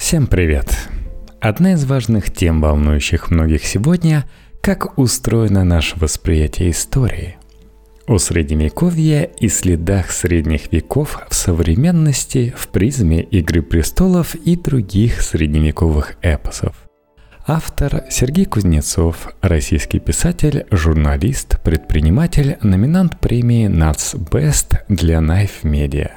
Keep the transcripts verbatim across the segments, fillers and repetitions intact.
Всем привет! Одна из важных тем, волнующих многих сегодня, как устроено наше восприятие истории. О Средневековье и следах средних веков в современности в призме «Игры престолов» и других средневековых эпосов. Автор Сергей Кузнецов, российский писатель, журналист, предприниматель, номинант премии нацбест для Knife Media.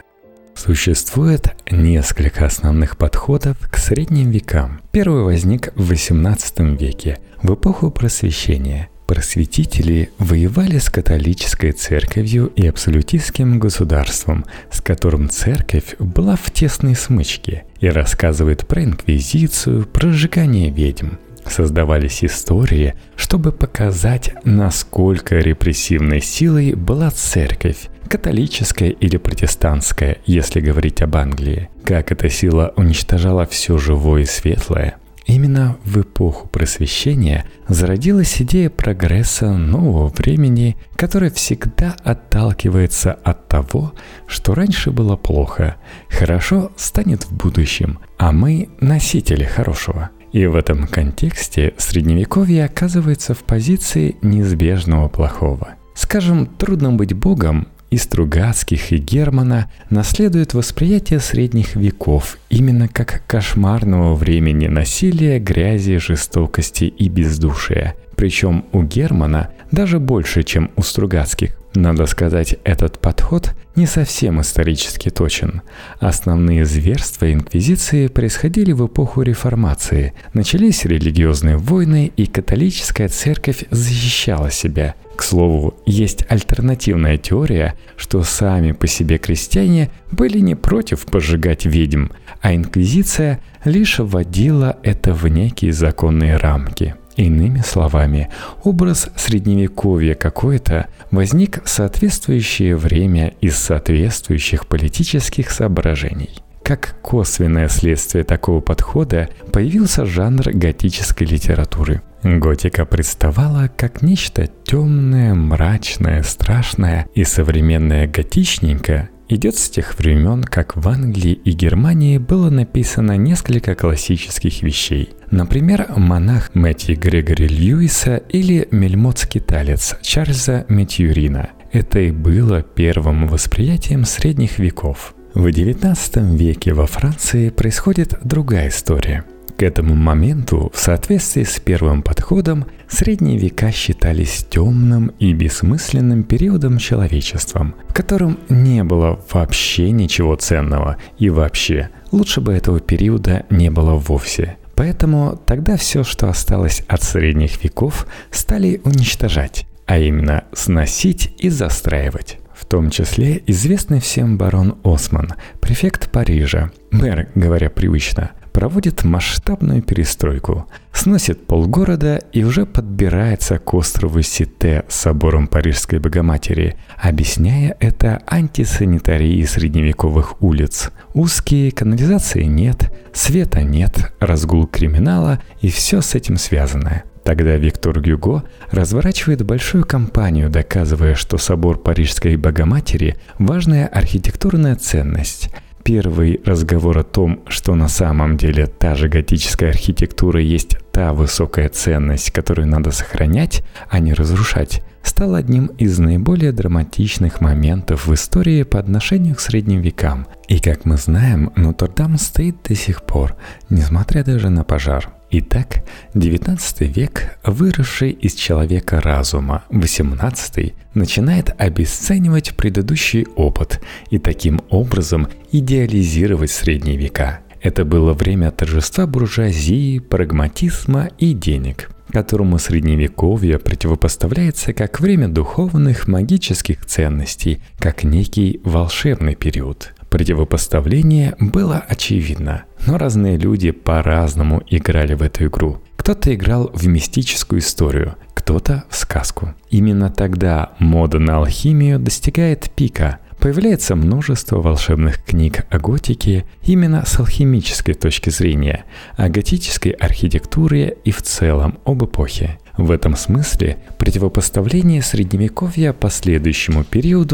Существует несколько основных подходов к средним векам. Первый возник в восемнадцатом веке, в эпоху Просвещения. Просветители воевали с католической церковью и абсолютистским государством, с которым церковь была в тесной смычке, и рассказывает про инквизицию, про сжигание ведьм. Создавались истории, чтобы показать, насколько репрессивной силой была церковь, католическая или протестантская, если говорить об Англии, как эта сила уничтожала все живое и светлое. Именно в эпоху Просвещения зародилась идея прогресса нового времени, которая всегда отталкивается от того, что раньше было плохо. Хорошо станет в будущем, а мы – носители хорошего. И в этом контексте Средневековье оказывается в позиции неизбежного плохого. Скажем, трудно быть богом, и Стругацких, и Германа наследуют восприятие средних веков именно как кошмарного времени насилия, грязи, жестокости и бездушия. Причем у Германа даже больше, чем у Стругацких. Надо сказать, этот подход не совсем исторически точен. Основные зверства инквизиции происходили в эпоху Реформации. Начались религиозные войны, и католическая церковь защищала себя. К слову, есть альтернативная теория, что сами по себе крестьяне были не против поджигать ведьм, а инквизиция лишь вводила это в некие законные рамки. Иными словами, образ средневековья какой-то возник в соответствующее время из соответствующих политических соображений. Как косвенное следствие такого подхода появился жанр готической литературы. Готика представала как нечто темное, мрачное, страшное, и современная готичненько идет с тех времен, как в Англии и Германии было написано несколько классических вещей. Например, «Монах» Мэтью Грегори Льюиса или «Мельмот-скиталец» Чарльза Метьюрина. Это и было первым восприятием средних веков. В девятнадцатом веке во Франции происходит другая история. К этому моменту, в соответствии с первым подходом, средние века считались темным и бессмысленным периодом человечеством, в котором не было вообще ничего ценного, и вообще, лучше бы этого периода не было вовсе. Поэтому тогда все, что осталось от средних веков, стали уничтожать, а именно сносить и застраивать. В том числе известный всем барон Осман, префект Парижа, мэр, говоря привычно, проводит масштабную перестройку, сносит полгорода и уже подбирается к острову Сите с собором Парижской Богоматери, объясняя это антисанитарией средневековых улиц. Узкие, канализации нет, света нет, разгул криминала и все с этим связанное. Тогда Виктор Гюго разворачивает большую кампанию, доказывая, что собор Парижской Богоматери – важная архитектурная ценность. Первый разговор о том, что на самом деле та же готическая архитектура есть та высокая ценность, которую надо сохранять, а не разрушать, стал одним из наиболее драматичных моментов в истории по отношению к средним векам. И, как мы знаем, Нотр-Дам стоит до сих пор, несмотря даже на пожар. Итак, девятнадцатый век, выросший из человека разума, восемнадцатый начинает обесценивать предыдущий опыт и таким образом идеализировать средние века. Это было время торжества буржуазии, прагматизма и денег, которому средневековье противопоставляется как время духовных, магических ценностей, как некий волшебный период. Противопоставление было очевидно, но разные люди по-разному играли в эту игру. Кто-то играл в мистическую историю, кто-то в сказку. Именно тогда мода на алхимию достигает пика. Появляется множество волшебных книг о готике именно с алхимической точки зрения, о готической архитектуре и в целом об эпохе. В этом смысле противопоставление средневековья последующему периоду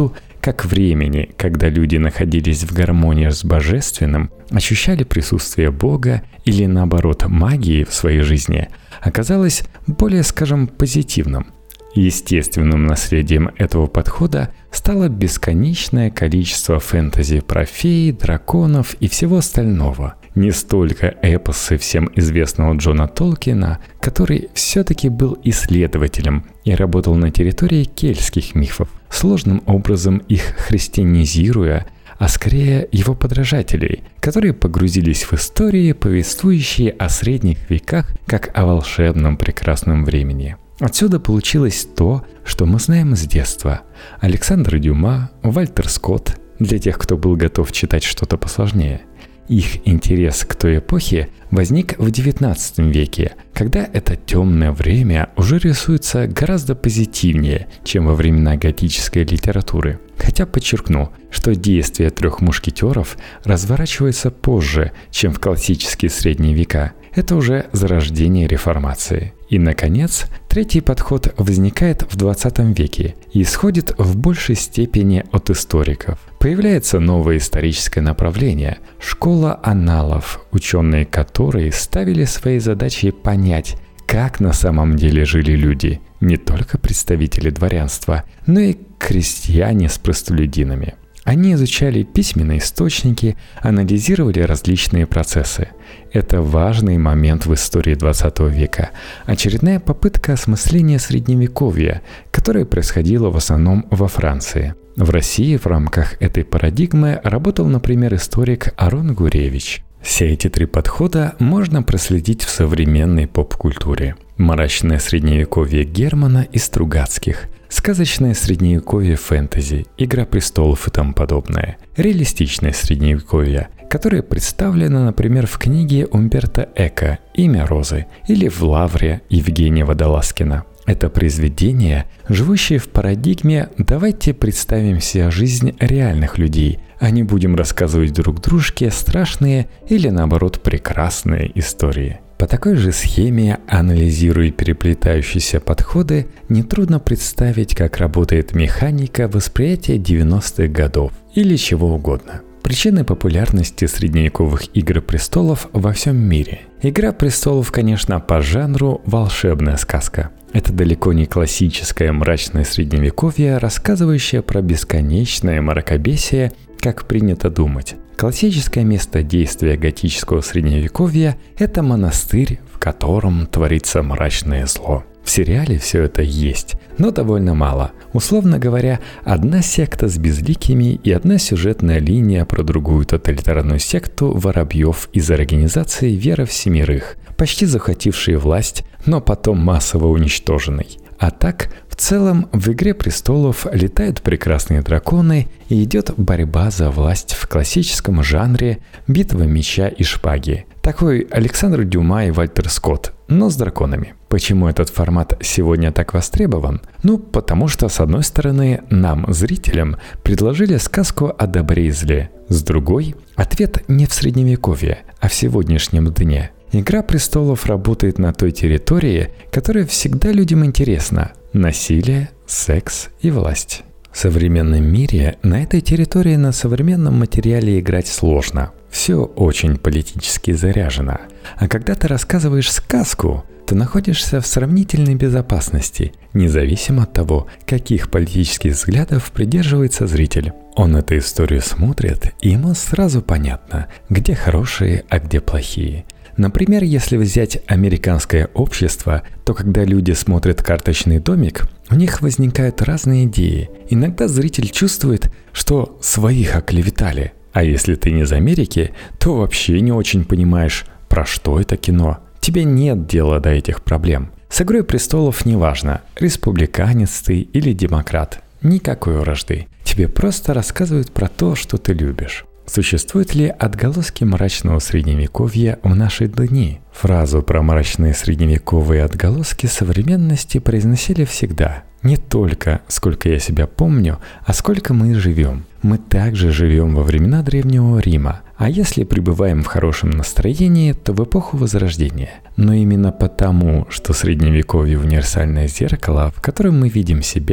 как времени, когда люди находились в гармонии с Божественным, ощущали присутствие Бога или, наоборот, магии в своей жизни, оказалось более, скажем, позитивным. Естественным наследием этого подхода стало бесконечное количество фэнтези про фей, драконов и всего остального. Не столько эпосы всем известного Джона Толкина, который все-таки был исследователем и работал на территории кельтских мифов, сложным образом их христианизируя, а скорее его подражателей, которые погрузились в истории, повествующие о средних веках как о волшебном прекрасном времени. Отсюда получилось то, что мы знаем с детства. Александр Дюма, Вальтер Скотт, для тех, кто был готов читать что-то посложнее. Их интерес к той эпохе возник в девятнадцатом веке, когда это темное время уже рисуется гораздо позитивнее, чем во времена готической литературы. Хотя подчеркну, что действие трех мушкетеров разворачивается позже, чем в классические средние века. Это уже зарождение реформации. И, наконец, третий подход возникает в двадцатом веке и исходит в большей степени от историков. Появляется новое историческое направление – школа анналов, ученые которой ставили своей задачей понять, как на самом деле жили люди, не только представители дворянства, но и крестьяне с простолюдинами. Они изучали письменные источники, анализировали различные процессы. Это важный момент в истории двадцатого века, очередная попытка осмысления Средневековья, которая происходила в основном во Франции. В России в рамках этой парадигмы работал, например, историк Арон Гуревич. Все эти три подхода можно проследить в современной поп-культуре. Мрачное средневековье Германа и Стругацких, сказочное средневековье фэнтези, Игра престолов и тому подобное, реалистичное средневековье, которое представлено, например, в книге Умберто Эко «Имя Розы» или в «Лавре» Евгения Водолазкина. Это произведение, живущее в парадигме «давайте представим себе жизнь реальных людей, а не будем рассказывать друг дружке страшные или, наоборот, прекрасные истории». По такой же схеме, анализируя переплетающиеся подходы, нетрудно представить, как работает механика восприятия девяностых годов или чего угодно. Причины популярности средневековых «Игр престолов» во всем мире. «Игра престолов», конечно, по жанру волшебная сказка. Это далеко не классическое мрачное средневековье, рассказывающее про бесконечное мракобесие, как принято думать. Классическое место действия готического средневековья – это монастырь, в котором творится мрачное зло. В сериале все это есть, но довольно мало. Условно говоря, одна секта с безликими и одна сюжетная линия про другую тоталитарную секту воробьев из организации «Вера в семерых», почти захватившие власть, но потом массово уничтоженной. А так, в целом, в «Игре престолов» летают прекрасные драконы и идет борьба за власть в классическом жанре «Битва меча и шпаги». Такой Александр Дюма и Вальтер Скотт, но с драконами. Почему этот формат сегодня так востребован? Ну, потому что, с одной стороны, нам, зрителям, предложили сказку о добре и зле. С другой, ответ не в средневековье, а в сегодняшнем дне. «Игра престолов» работает на той территории, которая всегда людям интересна – насилие, секс и власть. В современном мире на этой территории на современном материале играть сложно. Все очень политически заряжено. А когда ты рассказываешь сказку, ты находишься в сравнительной безопасности, независимо от того, каких политических взглядов придерживается зритель. Он эту историю смотрит, и ему сразу понятно, где хорошие, а где плохие. Например, если взять американское общество, то когда люди смотрят «Карточный домик», у них возникают разные идеи. Иногда зритель чувствует, что своих оклеветали. А если ты не из Америки, то вообще не очень понимаешь, про что это кино. Тебе нет дела до этих проблем. С «Игрой престолов» неважно, республиканец ты или демократ. Никакой вражды. Тебе просто рассказывают про то, что ты любишь. Существуют ли отголоски мрачного средневековья в наши дни? Фразу про мрачные средневековые отголоски современности произносили всегда. Не только сколько я себя помню, а сколько мы живем. Мы также живем во времена Древнего Рима, а если пребываем в хорошем настроении, то в эпоху Возрождения. Но именно потому, что Средневековье – универсальное зеркало, в котором мы видим себя,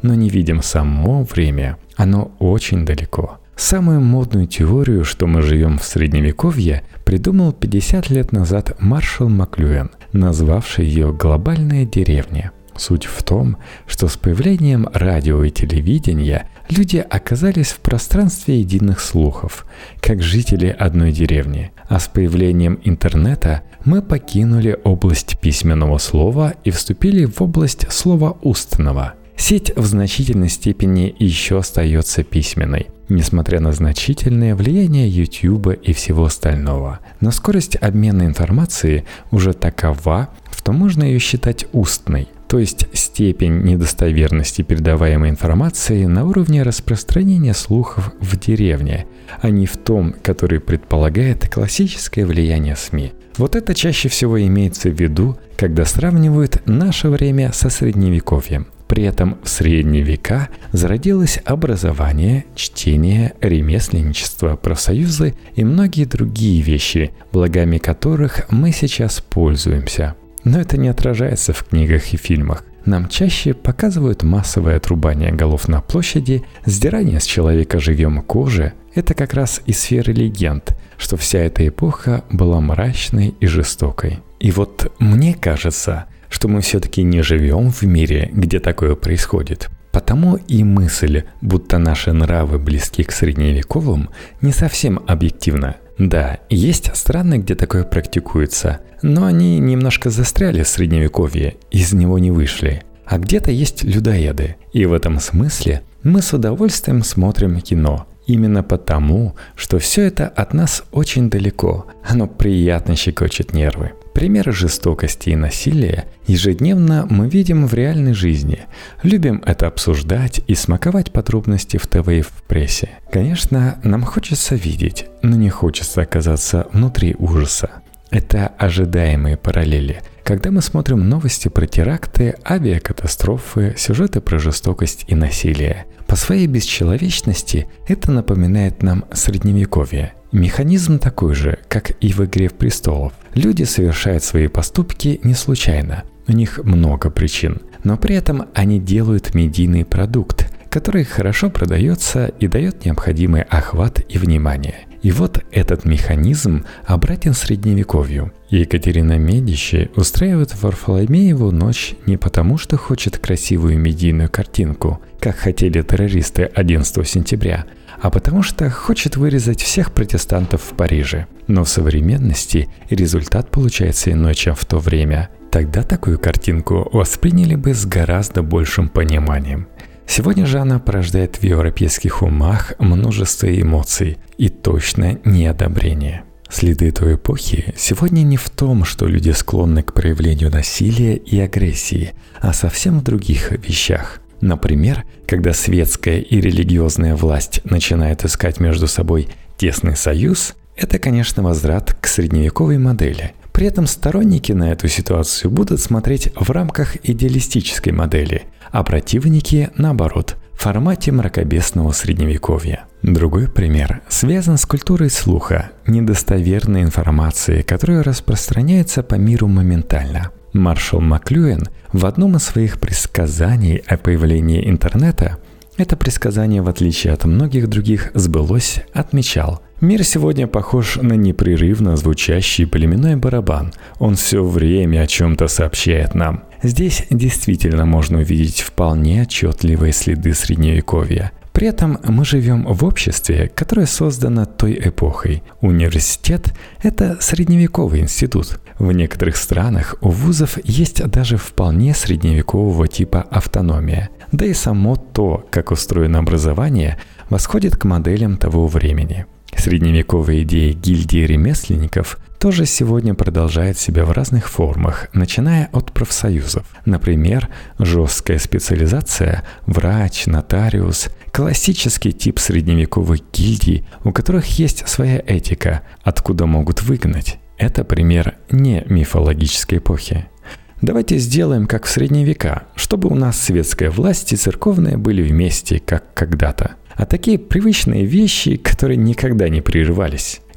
но не видим само время, оно очень далеко. Самую модную теорию, что мы живем в Средневековье, придумал пятьдесят лет назад Маршал Маклюэн, назвавший ее «глобальная деревня». Суть в том, что с появлением радио и телевидения люди оказались в пространстве единых слухов, как жители одной деревни, а с появлением интернета мы покинули область письменного слова и вступили в область слова устного. Сеть в значительной степени еще остается письменной, несмотря на значительное влияние YouTube и всего остального. Но скорость обмена информацией уже такова, что можно ее считать устной. То есть степень недостоверности передаваемой информации на уровне распространения слухов в деревне, а не в том, который предполагает классическое влияние СМИ. Вот это чаще всего имеется в виду, когда сравнивают наше время со Средневековьем. При этом в средние века зародилось образование, чтение, ремесленничество, профсоюзы и многие другие вещи, благами которых мы сейчас пользуемся. Но это не отражается в книгах и фильмах. Нам чаще показывают массовое отрубание голов на площади, сдирание с человека живьем кожи. Это как раз из сферы легенд, что вся эта эпоха была мрачной и жестокой. И вот мне кажется, что мы все-таки не живем в мире, где такое происходит. Потому и мысль, будто наши нравы близки к средневековым, не совсем объективна. Да, есть страны, где такое практикуется, но они немножко застряли в средневековье, из него не вышли. А где-то есть людоеды, и в этом смысле мы с удовольствием смотрим кино. Именно потому, что все это от нас очень далеко, оно приятно щекочет нервы. Примеры жестокости и насилия ежедневно мы видим в реальной жизни. Любим это обсуждать и смаковать подробности в ТВ и в прессе. Конечно, нам хочется видеть, но не хочется оказаться внутри ужаса. Это ожидаемые параллели. Когда мы смотрим новости про теракты, авиакатастрофы, сюжеты про жестокость и насилие. По своей бесчеловечности это напоминает нам Средневековье. Механизм такой же, как и в «Игре престолов». Люди совершают свои поступки не случайно. У них много причин. Но при этом они делают медийный продукт, который хорошо продается и дает необходимый охват и внимание. И вот этот механизм обратен Средневековью. Екатерина Медичи устраивает в Варфоломееву ночь не потому, что хочет красивую медийную картинку, как хотели террористы одиннадцатого сентября, а потому что хочет вырезать всех протестантов в Париже. Но в современности результат получается иной, чем в то время. Тогда такую картинку восприняли бы с гораздо большим пониманием. Сегодня же она порождает в европейских умах множество эмоций и точно неодобрение. Следы той эпохи сегодня не в том, что люди склонны к проявлению насилия и агрессии, а совсем в других вещах. Например, когда светская и религиозная власть начинают искать между собой тесный союз, это, конечно, возврат к средневековой модели. При этом сторонники на эту ситуацию будут смотреть в рамках идеалистической модели, а противники, наоборот, в формате мракобесного средневековья. Другой пример связан с культурой слуха, недостоверной информации, которая распространяется по миру моментально. Маршал Маклюэн в одном из своих предсказаний о появлении интернета, это предсказание, в отличие от многих других, сбылось, отмечал: «Мир сегодня похож на непрерывно звучащий племенной барабан. Он все время о чем-то сообщает нам». Здесь действительно можно увидеть вполне отчетливые следы Средневековья. При этом мы живем в обществе, которое создано той эпохой. Университет – это средневековый институт. В некоторых странах у вузов есть даже вполне средневекового типа автономия. Да и само то, как устроено образование, восходит к моделям того времени. Средневековая идея гильдии ремесленников тоже сегодня продолжает себя в разных формах, начиная от профсоюзов. Например, жесткая специализация, врач, нотариус, классический тип средневековых гильдий, у которых есть своя этика, откуда могут выгнать. Это пример не мифологической эпохи. Давайте сделаем как в средние века, чтобы у нас светская власть и церковная были вместе, как когда-то. А такие привычные вещи, которые никогда не прерывались.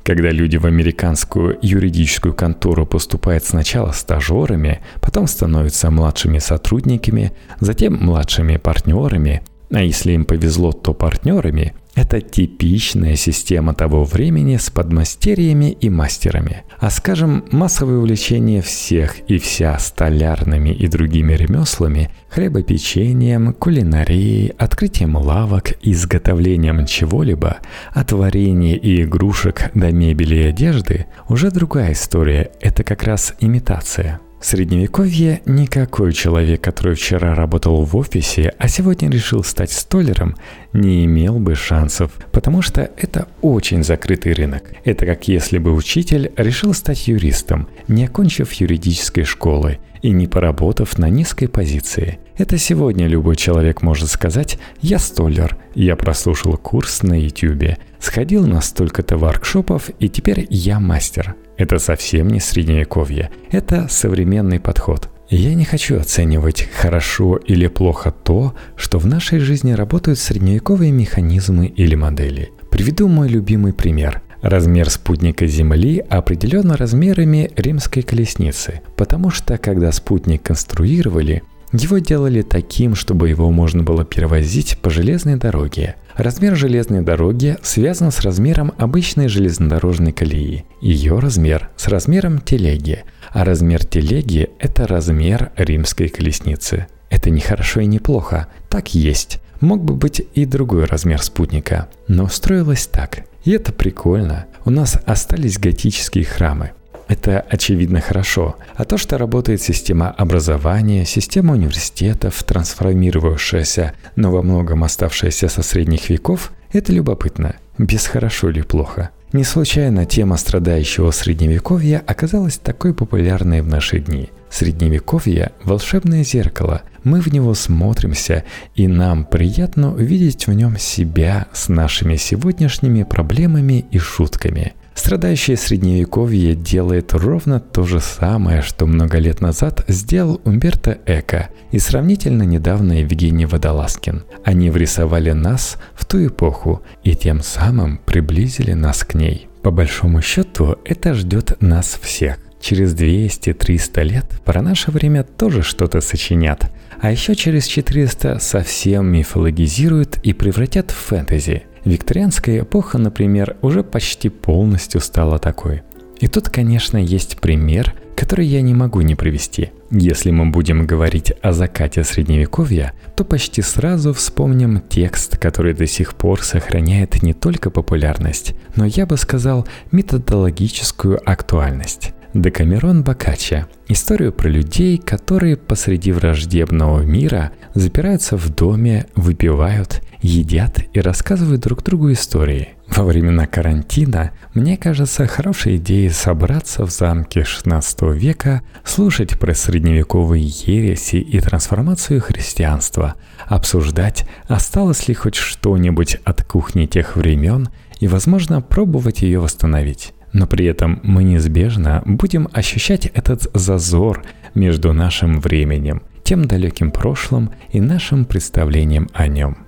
когда люди в американскую юридическую контору поступают сначала стажерами, потом становятся младшими сотрудниками, затем младшими партнерами, а если им повезло, то партнерами, это типичная система того времени с подмастерьями и мастерами. А скажем, массовое увлечение всех и вся столярными и другими ремеслами, хлебопечением, кулинарией, открытием лавок, изготовлением чего-либо, от варенья и игрушек до мебели и одежды, уже другая история, это как раз имитация. В Средневековье никакой человек, который вчера работал в офисе, а сегодня решил стать столяром, не имел бы шансов, потому что это очень закрытый рынок. Это как если бы учитель решил стать юристом, не окончив юридической школы и не поработав на низкой позиции. Это сегодня любой человек может сказать: «Я столяр, я прослушал курс на ютубе, сходил на столько-то воркшопов и теперь я мастер». Это совсем не средневековье, это современный подход. Я не хочу оценивать, хорошо или плохо то, что в нашей жизни работают средневековые механизмы или модели. Приведу мой любимый пример. Размер спутника Земли определен размерами римской колесницы, потому что когда спутник конструировали, его делали таким, чтобы его можно было перевозить по железной дороге. Размер железной дороги связан с размером обычной железнодорожной колеи. Ее размер с размером телеги, а размер телеги – это размер римской колесницы. Это не хорошо и не плохо, так есть. Мог бы быть и другой размер спутника, но устроилось так. И это прикольно. У нас остались готические храмы. Это очевидно хорошо. А то, что работает система образования, система университетов, трансформировавшаяся, но во многом оставшаяся со средних веков, это любопытно. Без хорошо или плохо. Не случайно тема страдающего средневековья оказалась такой популярной в наши дни. Средневековье – волшебное зеркало. Мы в него смотримся, и нам приятно увидеть в нем себя с нашими сегодняшними проблемами и шутками. Страдающее средневековье делает ровно то же самое, что много лет назад сделал Умберто Эко и сравнительно недавно Евгений Водолазкин. Они врисовали нас в ту эпоху и тем самым приблизили нас к ней. По большому счету, это ждет нас всех. Через двести-триста лет про наше время тоже что-то сочинят, а еще через четыреста совсем мифологизируют и превратят в фэнтези. Викторианская эпоха, например, уже почти полностью стала такой. И тут, конечно, есть пример, который я не могу не привести. Если мы будем говорить о закате Средневековья, то почти сразу вспомним текст, который до сих пор сохраняет не только популярность, но, я бы сказал, методологическую актуальность. Декамерон Боккаччо. Историю про людей, которые посреди враждебного мира запираются в доме, выпивают, едят и рассказывают друг другу истории. Во времена карантина, мне кажется, хорошей идеей собраться в замке шестнадцатого века, слушать про средневековые ереси и трансформацию христианства, обсуждать, осталось ли хоть что-нибудь от кухни тех времен и, возможно, пробовать ее восстановить. Но при этом мы неизбежно будем ощущать этот зазор между нашим временем, тем далеким прошлым и нашим представлением о нем.